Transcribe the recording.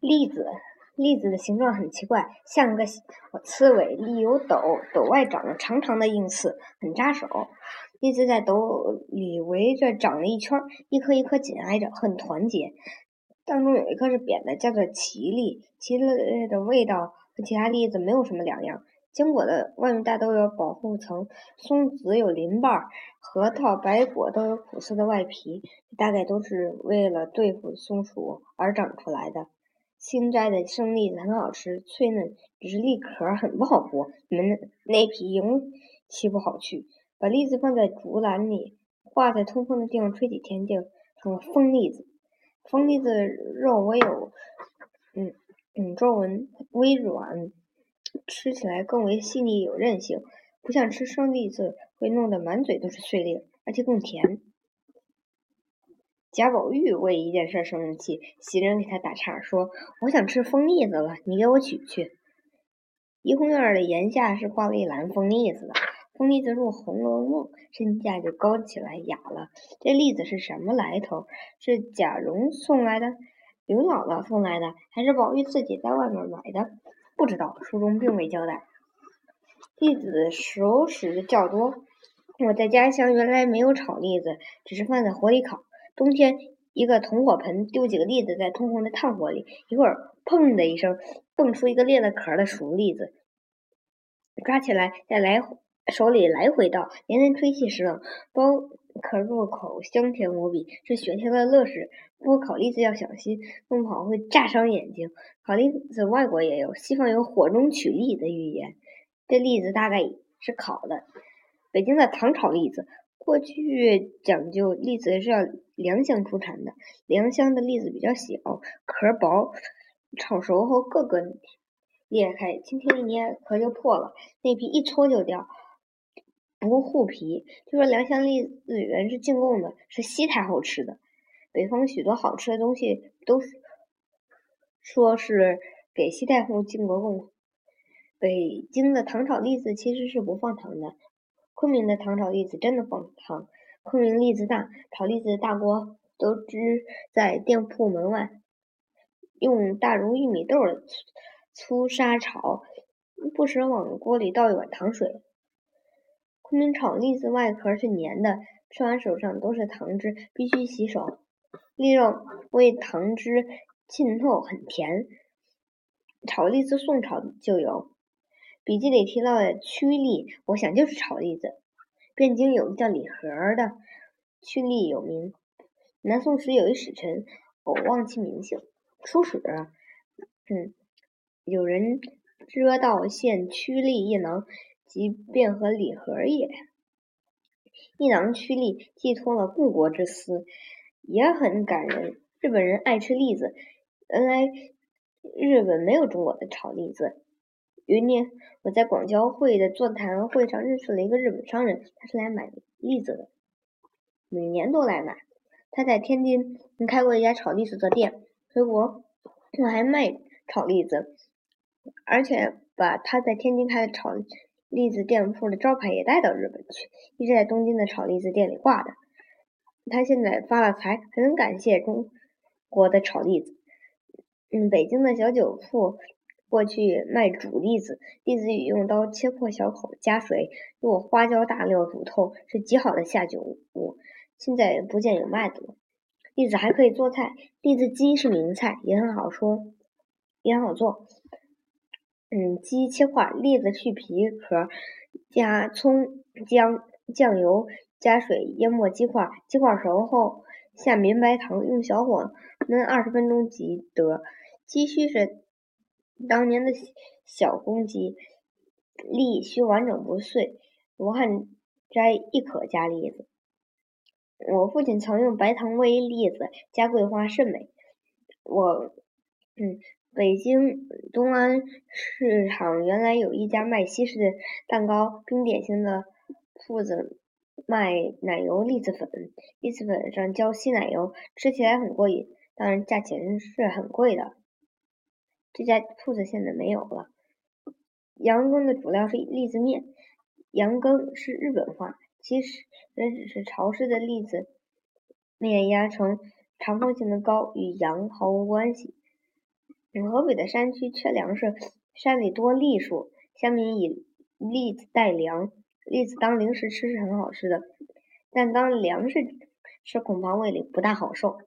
栗子的形状很奇怪，像个刺猬，里有斗，斗外长了长长的硬刺，很扎手。栗子在斗里围着长了一圈，一颗一颗紧挨着，很团结。当中有一颗是扁的，叫做奇栗。奇栗的味道和其他栗子没有什么两样。坚果的外面大都有保护层，松子有鳞瓣，核桃、白果都有苦涩的外皮，大概都是为了对付松鼠而长出来的。新摘的生栗子很好吃，脆嫩，只是栗壳很不好剥，里面那皮尤其不好去。把栗子放在竹篮里，挂在通风的地方吹几天，就成了风栗子。风栗子肉微有皱纹，微软，吃起来更为细腻有韧性，不像吃生栗子会弄得满嘴都是碎粒，而且更甜。贾宝玉为一件事生了气，袭人给他打岔说：“我想吃风栗子了，你给我取去。”怡红院的檐下是挂了一篮风栗子的，风栗子入《红楼梦》，身价就高起来，雅了。这栗子是什么来头？是贾蓉送来的，刘姥姥送来的，还是宝玉自己在外面买的？不知道，书中并未交代。栗子熟食的较多，我在家乡原来没有炒栗子，只是放在火里烤。冬天一个铜火盆丢几个栗子在通红的炭火里，一会儿砰的一声蹦出一个裂了壳的熟栗子，抓起来在手里来回倒，连连吹气时冷，剥壳入口香甜无比，是雪天的乐事。不过烤栗子要小心，弄不好会炸伤眼睛。烤栗子外国也有，西方有火中取栗的寓言，这栗子大概是烤的。北京的糖炒栗子，过去讲究栗子是要良乡出产的，良乡的栗子比较小，壳薄，炒熟后各个裂开，轻轻一捏壳就破了，那皮一搓就掉，不护皮。就说良乡栗子原是进贡的，是西太后吃的。北方许多好吃的东西都说是给西太后进过贡。北京的糖炒栗子其实是不放糖的，昆明的糖炒栗子真的放糖。昆明栗子大，炒栗子的大锅都支在店铺门外，用大如玉米豆的粗砂炒，不时往锅里倒一碗糖水。昆明炒栗子外壳是黏的，吃完手上都是糖汁，必须洗手。栗肉为糖汁浸透，很甜。炒栗子宋朝就有，笔记里提到的曲栗，我想就是炒栗子。汴京有个叫李和的，曲栗有名。南宋时有一使臣，偶忘其名姓，出使，有人遮道献曲栗一囊，即便和李和也。一囊曲栗寄托了故国之思，也很感人。日本人爱吃栗子，原来日本没有中国的炒栗子。有一年，我在广交会的座谈会上认识了一个日本商人，他是来买栗子的，每年都来买。他在天津开过一家炒栗子的店，回国我还卖炒栗子，而且把他在天津开的炒栗子店铺的招牌也带到日本去，一直在东京的炒栗子店里挂着。他现在发了财，很感谢中国的炒栗子。北京的小酒铺过去卖煮栗子，栗子用刀切破小口，加水，用花椒大料煮透，是极好的下酒物。现在不见有卖的了。栗子还可以做菜，栗子鸡是名菜，也很好说，也很好做。鸡切块，栗子去皮壳，加葱姜酱油，加水淹没鸡块，鸡块熟后下明白糖，用小火焖20分钟即得。鸡须是当年的小公鸡，栗须完整不碎。罗汉斋亦可加栗子。我父亲曾用白糖煨栗子，加桂花，甚美。北京东安市场原来有一家卖西式的蛋糕、冰点心的铺子，卖奶油栗子粉，栗子粉上浇稀奶油，吃起来很过瘾，当然价钱是很贵的。这家铺子现在没有了。羊羹的主料是栗子面，羊羹是日本话，其实只是潮湿的栗子面压成长方形的糕，与羊毫无关系。 河北的山区缺粮食，山里多栗树，乡民以栗子代粮。栗子当零食吃是很好吃的，但当粮食吃恐怕胃里不大好受。